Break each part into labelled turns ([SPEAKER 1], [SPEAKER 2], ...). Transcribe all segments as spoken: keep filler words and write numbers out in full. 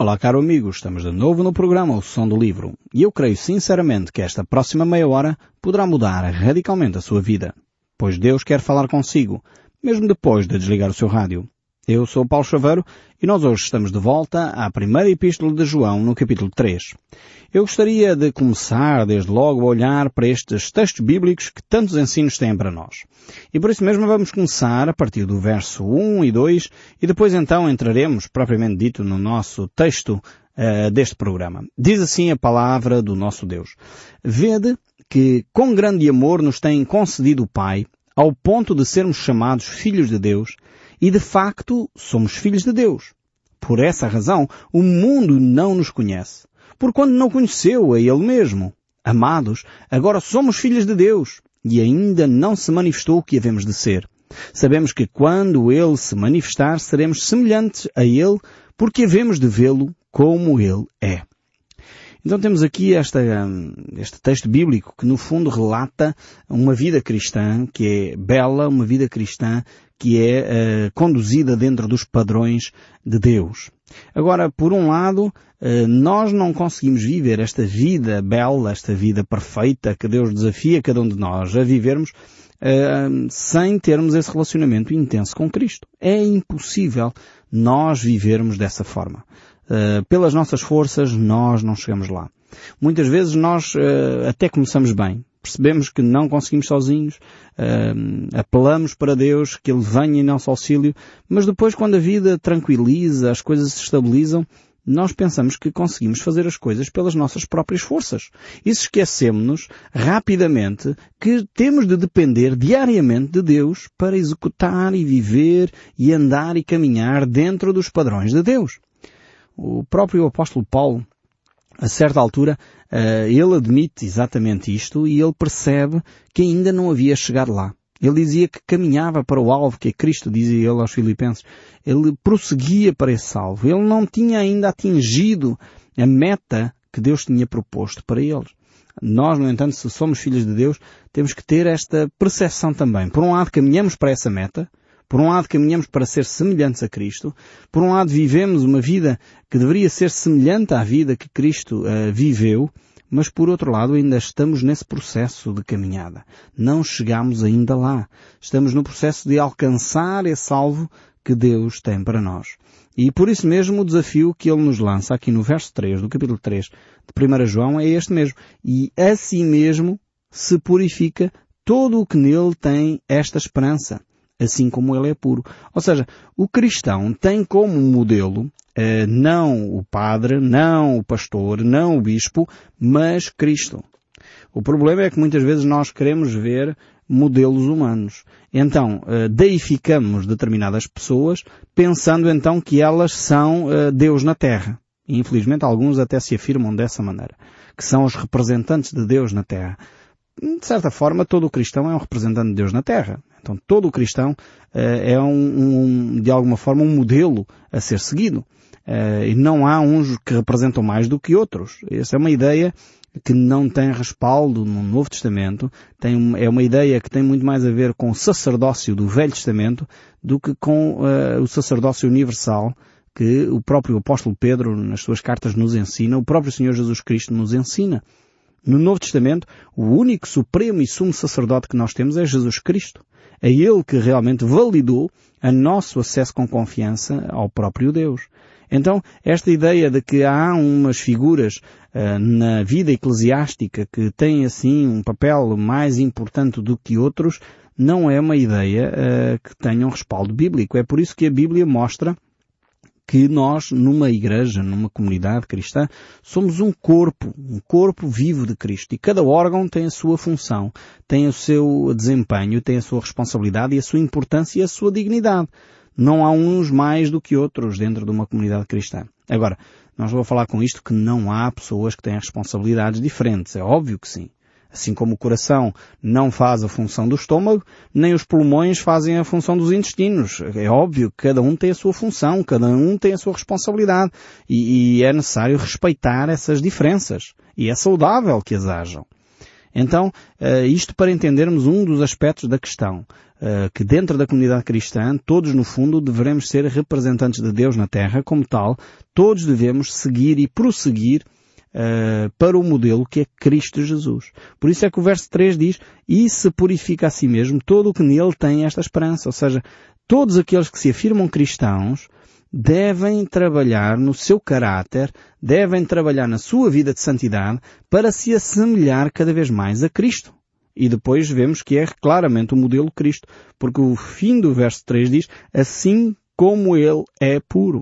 [SPEAKER 1] Olá, caro amigo, estamos de novo no programa O Som do Livro e eu creio sinceramente que esta próxima meia hora poderá mudar radicalmente a sua vida, pois Deus quer falar consigo, mesmo depois de desligar o seu rádio. Eu sou o Paulo Chaveiro e nós hoje estamos de volta à primeira epístola de João, no capítulo três. Eu gostaria de começar desde logo a olhar para estes textos bíblicos que tantos ensinos têm para nós. E por isso mesmo vamos começar a partir do verso um e dois e depois então entraremos, propriamente dito, no nosso texto uh, deste programa. Diz assim a palavra do nosso Deus: Vede que com grande amor nos tem concedido o Pai, ao ponto de sermos chamados filhos de Deus, e de facto somos filhos de Deus. Por essa razão o mundo não nos conhece, porquanto não conheceu a Ele mesmo. Amados, agora somos filhos de Deus, e ainda não se manifestou o que havemos de ser. Sabemos que quando Ele se manifestar, seremos semelhantes a Ele, porque havemos de vê-lo como Ele é. Então temos aqui esta, este texto bíblico que no fundo relata uma vida cristã que é bela, uma vida cristã que é uh, conduzida dentro dos padrões de Deus. Agora, por um lado, uh, nós não conseguimos viver esta vida bela, esta vida perfeita que Deus desafia cada um de nós a vivermos uh, sem termos esse relacionamento intenso com Cristo. É impossível nós vivermos dessa forma. Uh, pelas nossas forças nós não chegamos lá. Muitas vezes nós uh, até começamos bem, percebemos que não conseguimos sozinhos, uh, apelamos para Deus que Ele venha em nosso auxílio, mas depois quando a vida tranquiliza, as coisas se estabilizam, nós pensamos que conseguimos fazer as coisas pelas nossas próprias forças. E esquecemos-nos rapidamente que temos de depender diariamente de Deus para executar e viver e andar e caminhar dentro dos padrões de Deus. O próprio apóstolo Paulo, a certa altura, ele admite exatamente isto e ele percebe que ainda não havia chegado lá. Ele dizia que caminhava para o alvo, que é Cristo, dizia ele aos Filipenses. Ele prosseguia para esse alvo. Ele não tinha ainda atingido a meta que Deus tinha proposto para eles. Nós, no entanto, se somos filhos de Deus, temos que ter esta percepção também. Por um lado, caminhamos para essa meta. Por um lado, caminhamos para ser semelhantes a Cristo. Por um lado, vivemos uma vida que deveria ser semelhante à vida que Cristo uh, viveu, mas por outro lado, ainda estamos nesse processo de caminhada. Não chegamos ainda lá. Estamos no processo de alcançar esse alvo que Deus tem para nós. E por isso mesmo o desafio que Ele nos lança aqui no verso três, do capítulo três de primeira João, é este mesmo. E assim mesmo se purifica todo o que nele tem esta esperança, assim como ele é puro. Ou seja, o cristão tem como modelo eh, não o padre, não o pastor, não o bispo, mas Cristo. O problema é que muitas vezes nós queremos ver modelos humanos. Então, eh, deificamos determinadas pessoas pensando então que elas são eh, Deus na Terra. E infelizmente alguns até se afirmam dessa maneira, que são os representantes de Deus na Terra. De certa forma, todo o cristão é um representante de Deus na Terra. Então, todo o cristão uh, é, um, um, de alguma forma, um modelo a ser seguido. Uh, e não há uns que representam mais do que outros. Essa é uma ideia que não tem respaldo no Novo Testamento. Tem uma, é uma ideia que tem muito mais a ver com o sacerdócio do Velho Testamento do que com uh, o sacerdócio universal que o próprio apóstolo Pedro, nas suas cartas, nos ensina, o próprio Senhor Jesus Cristo nos ensina. No Novo Testamento, o único supremo e sumo sacerdote que nós temos é Jesus Cristo. É Ele que realmente validou o nosso acesso com confiança ao próprio Deus. Então, esta ideia de que há umas figuras uh, na vida eclesiástica que têm, assim, um papel mais importante do que outros, não é uma ideia uh, que tenha um respaldo bíblico. É por isso que a Bíblia mostra que nós, numa igreja, numa comunidade cristã, somos um corpo, um corpo vivo de Cristo. E cada órgão tem a sua função, tem o seu desempenho, tem a sua responsabilidade e a sua importância e a sua dignidade. Não há uns mais do que outros dentro de uma comunidade cristã. Agora, não estou a falar com isto que não há pessoas que têm responsabilidades diferentes. É óbvio que sim. Assim como o coração não faz a função do estômago, nem os pulmões fazem a função dos intestinos. É óbvio que cada um tem a sua função, cada um tem a sua responsabilidade. E, e é necessário respeitar essas diferenças. E é saudável que as hajam. Então, uh, isto para entendermos um dos aspectos da questão, uh, que dentro da comunidade cristã, todos no fundo devemos ser representantes de Deus na Terra, como tal, todos devemos seguir e prosseguir Uh, para o modelo que é Cristo Jesus. Por isso é que o verso três diz: e se purifica a si mesmo todo o que nele tem esta esperança. Ou seja, todos aqueles que se afirmam cristãos devem trabalhar no seu caráter, devem trabalhar na sua vida de santidade para se assemelhar cada vez mais a Cristo. E depois vemos que é claramente o modelo Cristo, porque o fim do verso três diz: assim como ele é puro.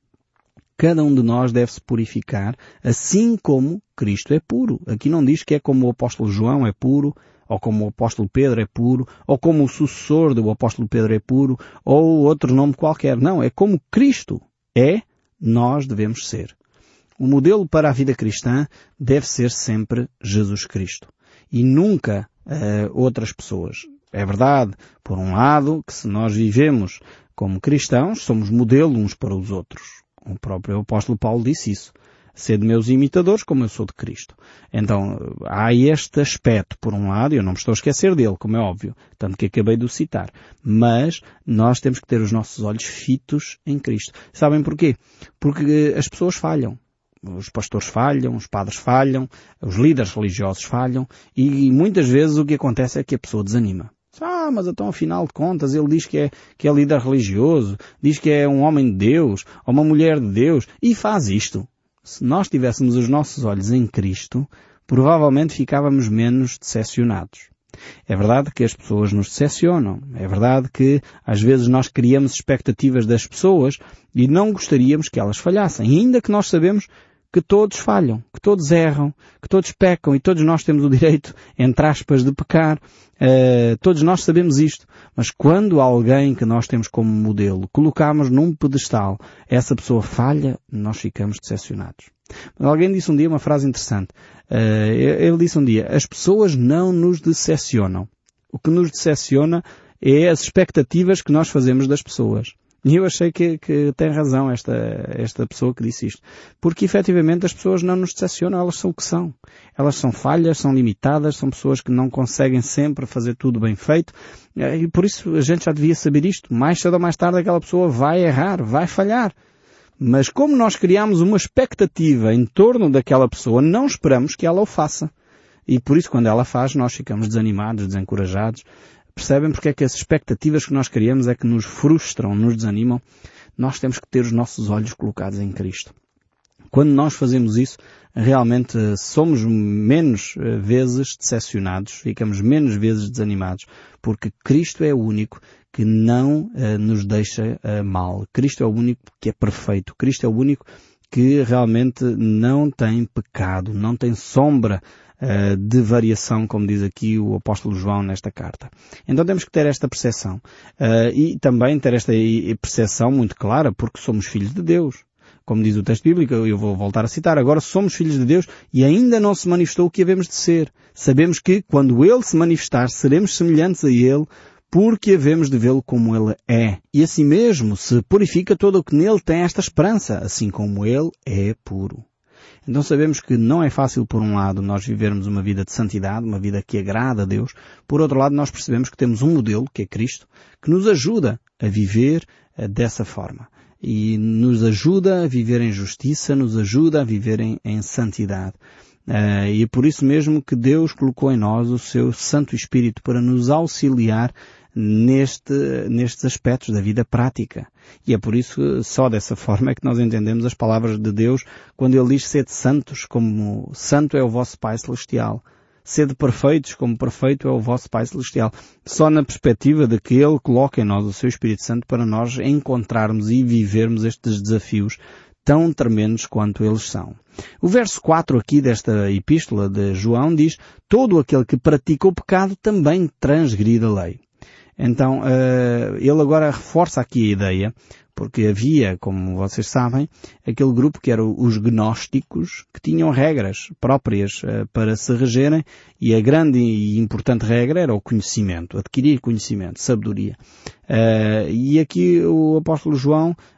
[SPEAKER 1] Cada um de nós deve se purificar, assim como Cristo é puro. Aqui não diz que é como o apóstolo João é puro, ou como o apóstolo Pedro é puro, ou como o sucessor do apóstolo Pedro é puro, ou outro nome qualquer. Não, é como Cristo é, nós devemos ser. O modelo para a vida cristã deve ser sempre Jesus Cristo. E nunca uh, outras pessoas. É verdade, por um lado, que se nós vivemos como cristãos, somos modelo uns para os outros. O próprio apóstolo Paulo disse isso. Sede meus imitadores como eu sou de Cristo. Então, há este aspecto, por um lado, e eu não me estou a esquecer dele, como é óbvio, tanto que acabei de o citar. Mas nós temos que ter os nossos olhos fitos em Cristo. Sabem porquê? Porque as pessoas falham. Os pastores falham, os padres falham, os líderes religiosos falham, e muitas vezes o que acontece é que a pessoa desanima. Ah, mas então afinal de contas ele diz que é, que é líder religioso, diz que é um homem de Deus, ou uma mulher de Deus, e faz isto. Se nós tivéssemos os nossos olhos em Cristo, provavelmente ficávamos menos decepcionados. É verdade que as pessoas nos decepcionam. É verdade que às vezes nós criamos expectativas das pessoas e não gostaríamos que elas falhassem, ainda que nós sabemos que todos falham, que todos erram, que todos pecam e todos nós temos o direito, entre aspas, de pecar. Uh, todos nós sabemos isto. Mas quando alguém que nós temos como modelo colocamos num pedestal, essa pessoa falha, nós ficamos decepcionados. Mas alguém disse um dia uma frase interessante. Uh, ele disse um dia: as pessoas não nos decepcionam. O que nos decepciona é as expectativas que nós fazemos das pessoas. E eu achei que, que tem razão esta, esta pessoa que disse isto. Porque efetivamente as pessoas não nos decepcionam, elas são o que são. Elas são falhas, são limitadas, são pessoas que não conseguem sempre fazer tudo bem feito. E por isso a gente já devia saber isto. Mais cedo ou mais tarde aquela pessoa vai errar, vai falhar. Mas como nós criamos uma expectativa em torno daquela pessoa, não esperamos que ela o faça. E por isso quando ela faz, nós ficamos desanimados, desencorajados. Percebem porque é que as expectativas que nós criamos é que nos frustram, nos desanimam? Nós temos que ter os nossos olhos colocados em Cristo. Quando nós fazemos isso, realmente somos menos vezes decepcionados, ficamos menos vezes desanimados, porque Cristo é o único que não uh, nos deixa uh, mal. Cristo é o único que é perfeito. Cristo é o único que realmente não tem pecado, não tem sombra Uh, de variação, como diz aqui o apóstolo João nesta carta. Então temos que ter esta percepção. Uh, e também ter esta percepção muito clara, porque somos filhos de Deus. Como diz o texto bíblico, eu vou voltar a citar, agora somos filhos de Deus e ainda não se manifestou o que havemos de ser. Sabemos que, quando Ele se manifestar, seremos semelhantes a Ele, porque havemos de vê-lo como Ele é. E assim mesmo se purifica todo o que nele tem esta esperança, assim como Ele é puro. Então sabemos que não é fácil, por um lado, nós vivermos uma vida de santidade, uma vida que agrada a Deus. Por outro lado, nós percebemos que temos um modelo, que é Cristo, que nos ajuda a viver uh, dessa forma. E nos ajuda a viver em justiça, nos ajuda a viver em, em santidade. Uh, e é por isso mesmo que Deus colocou em nós o seu Santo Espírito para nos auxiliar neste, nestes aspectos da vida prática. E é por isso que só dessa forma é que nós entendemos as palavras de Deus quando Ele diz: sede santos como santo é o vosso Pai Celestial. Sede perfeitos como perfeito é o vosso Pai Celestial. Só na perspectiva de que Ele coloca em nós o seu Espírito Santo para nós encontrarmos e vivermos estes desafios tão tremendos quanto eles são. O verso quatro aqui desta epístola de João diz: todo aquele que pratica o pecado também transgride a lei. Então, uh, ele agora reforça aqui a ideia, porque havia, como vocês sabem, aquele grupo que eram os gnósticos, que tinham regras próprias uh, para se regerem, e a grande e importante regra era o conhecimento, adquirir conhecimento, sabedoria. Uh, e aqui o apóstolo João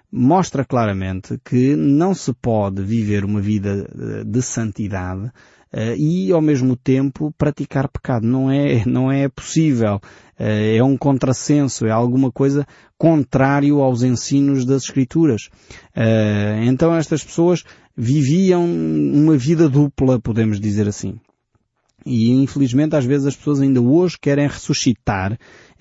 [SPEAKER 1] mostra claramente que não se pode viver uma vida de santidade Uh, e ao mesmo tempo praticar pecado. Não é, não é possível. Uh, é um contrassenso, é alguma coisa contrário aos ensinos das Escrituras. Uh, então estas pessoas viviam uma vida dupla, podemos dizer assim. E infelizmente às vezes as pessoas ainda hoje querem ressuscitar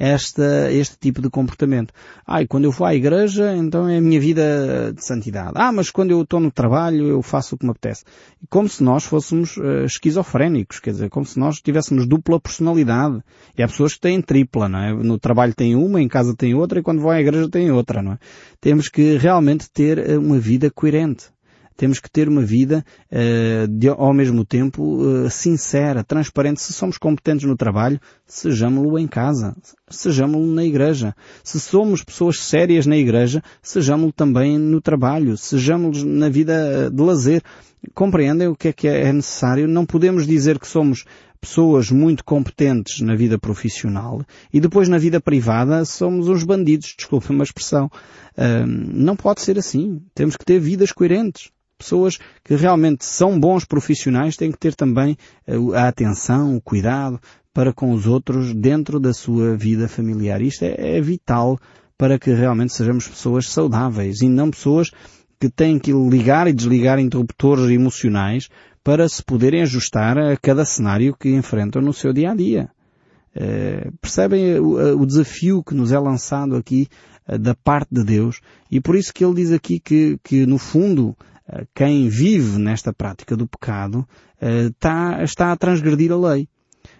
[SPEAKER 1] esta, este tipo de comportamento. Ah, e quando eu vou à igreja, então é a minha vida de santidade. Ah, mas quando eu estou no trabalho, eu faço o que me apetece. Como se nós fôssemos uh, esquizofrénicos, quer dizer, como se nós tivéssemos dupla personalidade. E há pessoas que têm tripla, não é? No trabalho tem uma, em casa tem outra, e quando vão à igreja tem outra, não é? Temos que realmente ter uma vida coerente. Temos que ter uma vida, uh, de, ao mesmo tempo, uh, sincera, transparente. Se somos competentes no trabalho, sejamo-lo em casa, sejamo-lo na igreja. Se somos pessoas sérias na igreja, sejamo-lo também no trabalho, sejamo-lo na vida de lazer. Compreendem o que é que é necessário? Não podemos dizer que somos pessoas muito competentes na vida profissional e depois na vida privada somos uns bandidos, desculpem uma expressão. Uh, não pode ser assim. Temos que ter vidas coerentes. Pessoas que realmente são bons profissionais têm que ter também a atenção, o cuidado para com os outros dentro da sua vida familiar. Isto é, é vital para que realmente sejamos pessoas saudáveis e não pessoas que têm que ligar e desligar interruptores emocionais para se poderem ajustar a cada cenário que enfrentam no seu dia-a-dia. Uh, percebem o, o desafio que nos é lançado aqui uh, da parte de Deus? E por isso que ele diz aqui que, que no fundo, quem vive nesta prática do pecado está, está a transgredir a lei.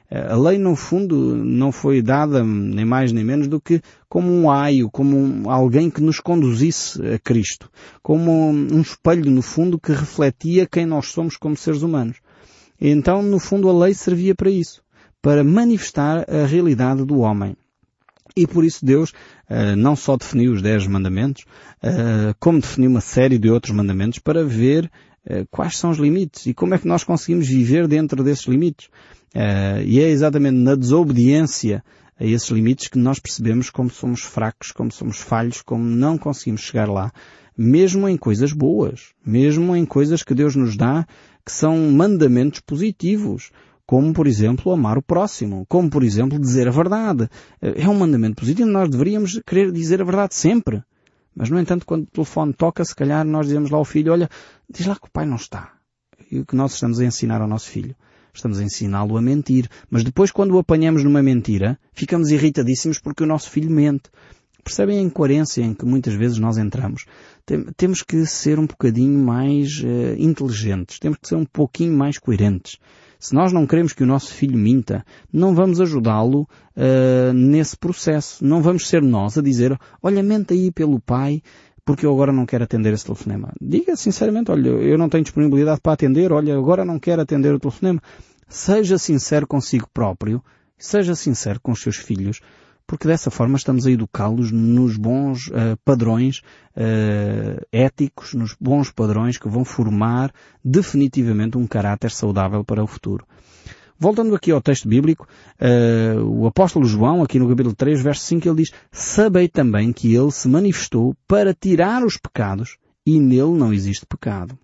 [SPEAKER 1] A lei, no fundo, não foi dada nem mais nem menos do que como um aio, como um, alguém que nos conduzisse a Cristo. Como um, um espelho, no fundo, que refletia quem nós somos como seres humanos. E então, no fundo, a lei servia para isso. Para manifestar a realidade do homem. E por isso Deus uh, não só definiu os dez mandamentos, uh, como definiu uma série de outros mandamentos para ver uh, quais são os limites e como é que nós conseguimos viver dentro desses limites. Uh, e é exatamente na desobediência a esses limites que nós percebemos como somos fracos, como somos falhos, como não conseguimos chegar lá, mesmo em coisas boas, mesmo em coisas que Deus nos dá, que são mandamentos positivos. Como, por exemplo, amar o próximo. Como, por exemplo, dizer a verdade. É um mandamento positivo. Nós deveríamos querer dizer a verdade sempre. Mas, no entanto, quando o telefone toca, se calhar nós dizemos lá ao filho, olha, diz lá que o pai não está. E o que nós estamos a ensinar ao nosso filho? Estamos a ensiná-lo a mentir. Mas depois, quando o apanhamos numa mentira, ficamos irritadíssimos porque o nosso filho mente. Percebem a incoerência em que muitas vezes nós entramos? Tem, temos que ser um bocadinho mais uh, inteligentes. Temos que ser um pouquinho mais coerentes. Se nós não queremos que o nosso filho minta, não vamos ajudá-lo uh, nesse processo. Não vamos ser nós a dizer, olha, mente aí pelo pai, porque eu agora não quero atender esse telefonema. Diga sinceramente, olha, eu não tenho disponibilidade para atender, olha, agora não quero atender o telefonema. Seja sincero consigo próprio, seja sincero com os seus filhos, porque dessa forma estamos a educá-los nos bons uh, padrões uh, éticos, nos bons padrões que vão formar definitivamente um caráter saudável para o futuro. Voltando aqui ao texto bíblico, uh, o apóstolo João, aqui no capítulo três, verso cinco, ele diz, sabei também que ele se manifestou para tirar os pecados e nele não existe pecado.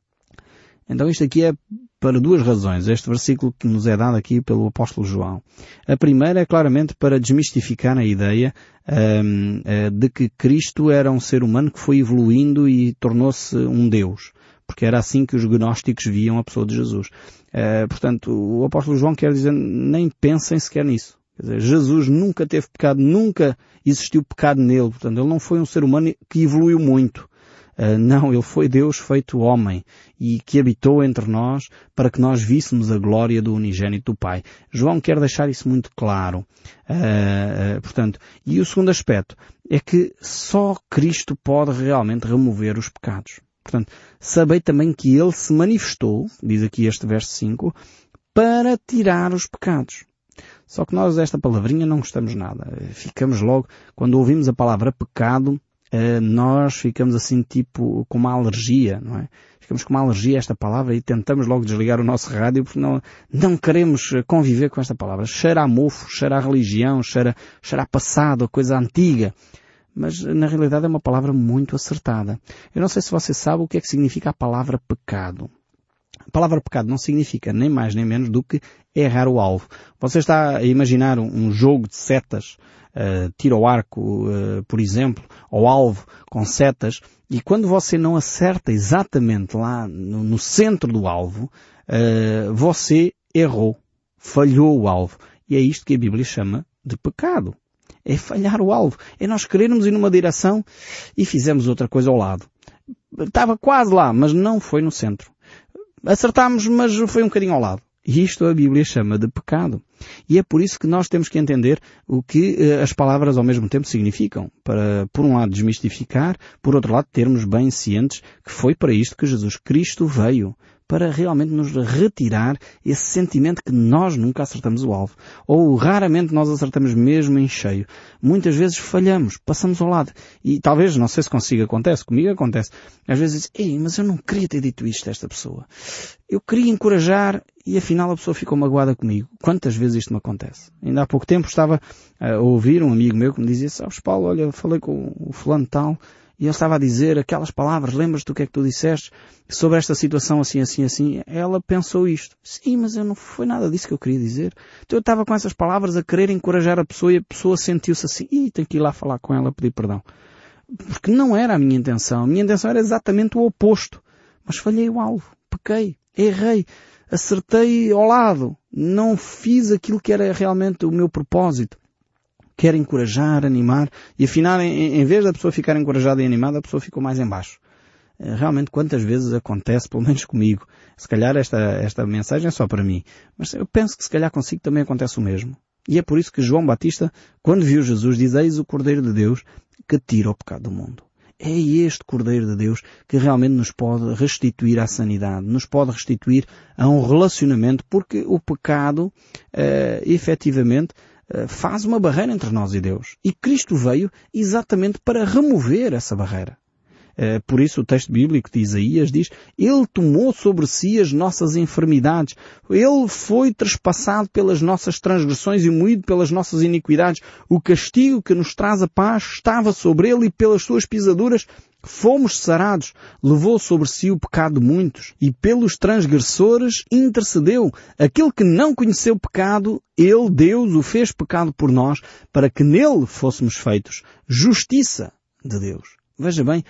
[SPEAKER 1] Então isto aqui é para duas razões, este versículo que nos é dado aqui pelo apóstolo João. A primeira é claramente para desmistificar a ideia um, de que Cristo era um ser humano que foi evoluindo e tornou-se um Deus, porque era assim que os gnósticos viam a pessoa de Jesus. Uh, portanto, o apóstolo João quer dizer, nem pensem sequer nisso. Quer dizer, Jesus nunca teve pecado, nunca existiu pecado nele, portanto, ele não foi um ser humano que evoluiu muito. Uh, não, ele foi Deus feito homem e que habitou entre nós para que nós víssemos a glória do unigênito do Pai. João quer deixar isso muito claro. Uh, uh, portanto, e o segundo aspecto é que só Cristo pode realmente remover os pecados. Portanto, sabei também que ele se manifestou, diz aqui este verso cinco, para tirar os pecados. Só que nós esta palavrinha não gostamos nada. Ficamos logo, quando ouvimos a palavra pecado, nós ficamos assim tipo com uma alergia, não é? Ficamos com uma alergia a esta palavra e tentamos logo desligar o nosso rádio porque não, não queremos conviver com esta palavra. Cheira a mofo, cheira a religião, cheira, cheira a passado, a coisa antiga. mas na realidade é uma palavra muito acertada. Eu não sei se você sabe o que é que significa a palavra pecado. A palavra pecado não significa nem mais nem menos do que errar o alvo. Você está a imaginar um, um jogo de setas, uh, tiro ao arco, uh, por exemplo, ao alvo com setas, e quando você não acerta exatamente lá no, no centro do alvo, uh, você errou, falhou o alvo. E é isto que a Bíblia chama de pecado. É falhar o alvo. É nós querermos ir numa direção e fizemos outra coisa ao lado. Estava quase lá, mas não foi no centro. Acertámos, mas foi um bocadinho ao lado. E isto a Bíblia chama de pecado. E é por isso que nós temos que entender o que uh, as palavras ao mesmo tempo significam. Para, por um lado, desmistificar, por outro lado, termos bem cientes que foi para isto que Jesus Cristo veio. Para realmente nos retirar esse sentimento que nós nunca acertamos o alvo. Ou raramente nós acertamos mesmo em cheio. Muitas vezes falhamos, passamos ao lado. E talvez, não sei se consigo, acontece, comigo acontece. Às vezes diz, ei, mas eu não queria ter dito isto a esta pessoa. Eu queria encorajar e afinal a pessoa ficou magoada comigo. Quantas vezes isto me acontece? Ainda há pouco tempo estava a ouvir um amigo meu que me dizia, sabes Paulo, olha, falei com o fulano tal, e ele estava a dizer aquelas palavras, lembras-te do que é que tu disseste sobre esta situação assim, assim, assim? Ela pensou isto. Sim, mas eu não foi nada disso que eu queria dizer. Então eu estava com essas palavras a querer encorajar a pessoa e a pessoa sentiu-se assim, ih, tenho que ir lá falar com ela, pedir perdão. Porque não era a minha intenção. A minha intenção era exatamente o oposto. Mas falhei o alvo, pequei, errei, acertei ao lado, não fiz aquilo que era realmente o meu propósito. Quer encorajar, animar, e afinal, em, em vez da pessoa ficar encorajada e animada, a pessoa ficou mais em baixo. Realmente, quantas vezes acontece, pelo menos comigo, se calhar esta, esta mensagem é só para mim, mas eu penso que se calhar consigo também acontece o mesmo. E é por isso que João Batista, quando viu Jesus, diz, eis o Cordeiro de Deus que tira o pecado do mundo. É este Cordeiro de Deus que realmente nos pode restituir à sanidade, nos pode restituir a um relacionamento, porque o pecado, uh, efetivamente, faz uma barreira entre nós e Deus. E Cristo veio exatamente para remover essa barreira. Por isso o texto bíblico de Isaías diz, Ele tomou sobre si as nossas enfermidades. Ele foi trespassado pelas nossas transgressões e moído pelas nossas iniquidades. O castigo que nos traz a paz estava sobre Ele e pelas suas pisaduras fomos sarados. Levou sobre si o pecado de muitos e pelos transgressores intercedeu. Aquele que não conheceu pecado, Ele, Deus, o fez pecado por nós, para que nele fôssemos feitos justiça de Deus. Veja bem,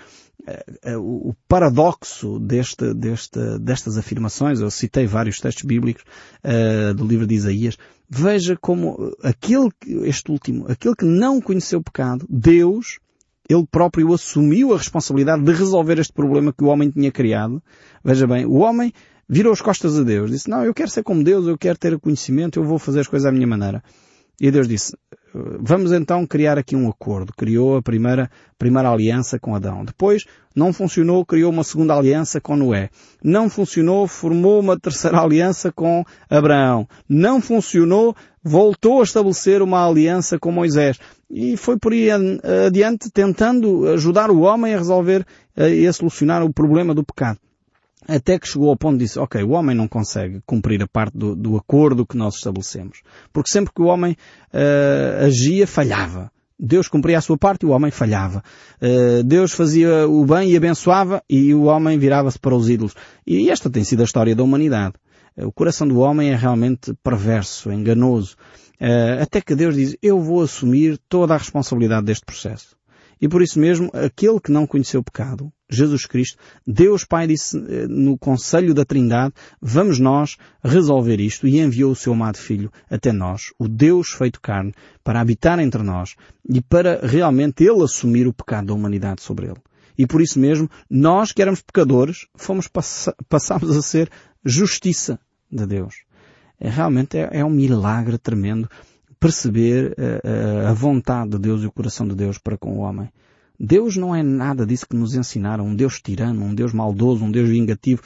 [SPEAKER 1] o paradoxo deste, deste, destas afirmações, eu citei vários textos bíblicos uh, do livro de Isaías, veja como aquele, este último, aquele que não conheceu pecado, Deus, Ele próprio assumiu a responsabilidade de resolver este problema que o homem tinha criado. Veja bem, o homem virou as costas a Deus, disse, não, eu quero ser como Deus, eu quero ter o conhecimento, eu vou fazer as coisas à minha maneira. E Deus disse, vamos então criar aqui um acordo. Criou a primeira, primeira aliança com Adão. Depois, não funcionou, criou uma segunda aliança com Noé. Não funcionou, formou uma terceira aliança com Abraão. Não funcionou, voltou a estabelecer uma aliança com Moisés. E foi por aí adiante tentando ajudar o homem a resolver e a solucionar o problema do pecado. Até que chegou ao ponto de dizer, ok, o homem não consegue cumprir a parte do, do acordo que nós estabelecemos. Porque sempre que o homem uh, agia, falhava. Deus cumpria a sua parte e o homem falhava. Uh, Deus fazia o bem e abençoava e o homem virava-se para os ídolos. E esta tem sido a história da humanidade. Uh, o coração do homem é realmente perverso, enganoso. Uh, até que Deus diz, eu vou assumir toda a responsabilidade deste processo. E por isso mesmo, aquele que não conheceu o pecado, Jesus Cristo, Deus Pai disse no Conselho da Trindade, vamos nós resolver isto, e enviou o seu amado Filho até nós, o Deus feito carne, para habitar entre nós e para realmente Ele assumir o pecado da humanidade sobre Ele. E por isso mesmo, nós que éramos pecadores, fomos pass- passámos a ser justiça de Deus. É, realmente é, é um milagre tremendo perceber uh, uh, a vontade de Deus e o coração de Deus para com o homem. Deus não é nada disso que nos ensinaram, um Deus tirano, um Deus maldoso, um Deus vingativo.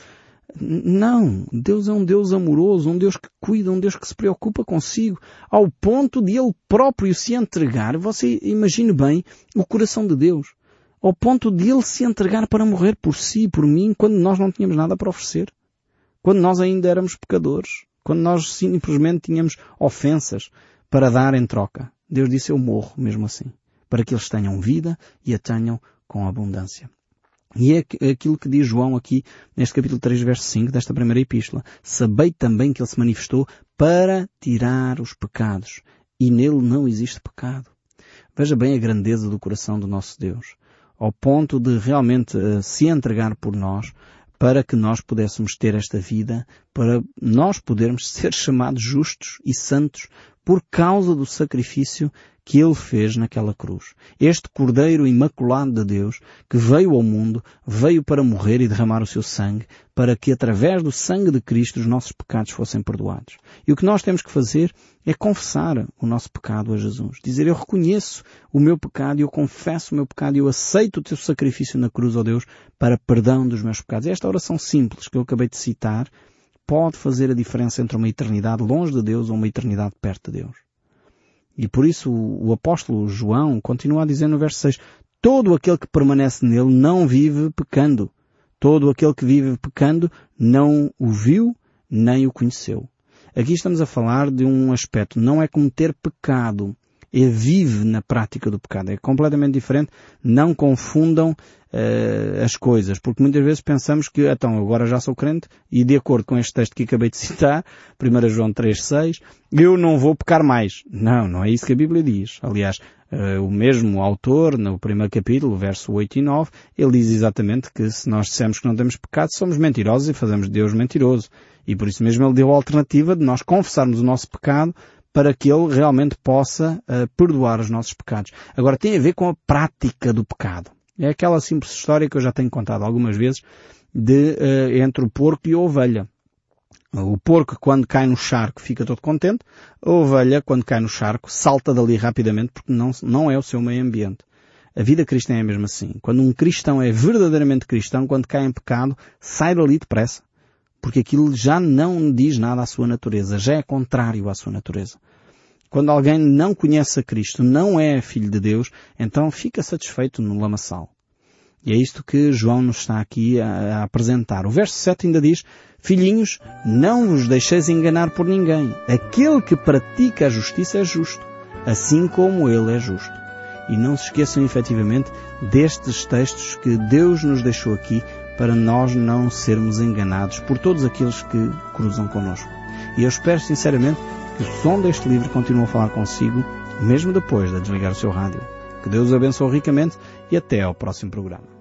[SPEAKER 1] Não, Deus é um Deus amoroso, um Deus que cuida, um Deus que se preocupa consigo, ao ponto de Ele próprio se entregar. Você imagine bem o coração de Deus, ao ponto de Ele se entregar para morrer por si e por mim, quando nós não tínhamos nada para oferecer, quando nós ainda éramos pecadores, quando nós simplesmente tínhamos ofensas para dar em troca. Deus disse, eu morro mesmo assim, para que eles tenham vida e a tenham com abundância. E é aquilo que diz João aqui neste capítulo três, verso cinco desta primeira epístola. Sabei também que ele se manifestou para tirar os pecados, e nele não existe pecado. Veja bem a grandeza do coração do nosso Deus, ao ponto de realmente uh, se entregar por nós, para que nós pudéssemos ter esta vida, para nós podermos ser chamados justos e santos por causa do sacrifício que Ele fez naquela cruz. Este Cordeiro Imaculado de Deus, que veio ao mundo, veio para morrer e derramar o seu sangue, para que através do sangue de Cristo os nossos pecados fossem perdoados. E o que nós temos que fazer é confessar o nosso pecado a Jesus. Dizer, eu reconheço o meu pecado, eu confesso o meu pecado e eu aceito o teu sacrifício na cruz, ó Deus, para perdão dos meus pecados. Esta oração simples que eu acabei de citar pode fazer a diferença entre uma eternidade longe de Deus ou uma eternidade perto de Deus. E por isso o apóstolo João continua a dizer no verso seis, todo aquele que permanece nele não vive pecando. Todo aquele que vive pecando não o viu nem o conheceu. Aqui estamos a falar de um aspecto, não é cometer pecado, é vive na prática do pecado. É completamente diferente, não confundam uh, as coisas, porque muitas vezes pensamos que, então, agora já sou crente e de acordo com este texto que acabei de citar, primeiro João três, seis, eu não vou pecar mais. Não, não é isso que a Bíblia diz. Aliás, uh, o mesmo autor, no primeiro capítulo, verso oito e nove, ele diz exatamente que se nós dissermos que não temos pecado, somos mentirosos e fazemos Deus mentiroso. E por isso mesmo ele deu a alternativa de nós confessarmos o nosso pecado para que Ele realmente possa uh, perdoar os nossos pecados. Agora, tem a ver com a prática do pecado. É aquela simples história que eu já tenho contado algumas vezes de uh, entre o porco e a ovelha. O porco, quando cai no charco, fica todo contente. A ovelha, quando cai no charco, salta dali rapidamente porque não, não é o seu meio ambiente. A vida cristã é mesmo assim. Quando um cristão é verdadeiramente cristão, quando cai em pecado, sai dali depressa. Porque aquilo já não diz nada à sua natureza, já é contrário à sua natureza. Quando alguém não conhece a Cristo, não é filho de Deus, então fica satisfeito no lamaçal. E é isto que João nos está aqui a, a apresentar. O verso sete ainda diz, filhinhos, não vos deixeis enganar por ninguém. Aquele que pratica a justiça é justo, assim como ele é justo. E não se esqueçam efetivamente destes textos que Deus nos deixou aqui para nós não sermos enganados por todos aqueles que cruzam connosco. E eu espero sinceramente que o som deste livro continue a falar consigo, mesmo depois de desligar o seu rádio. Que Deus o abençoe ricamente e até ao próximo programa.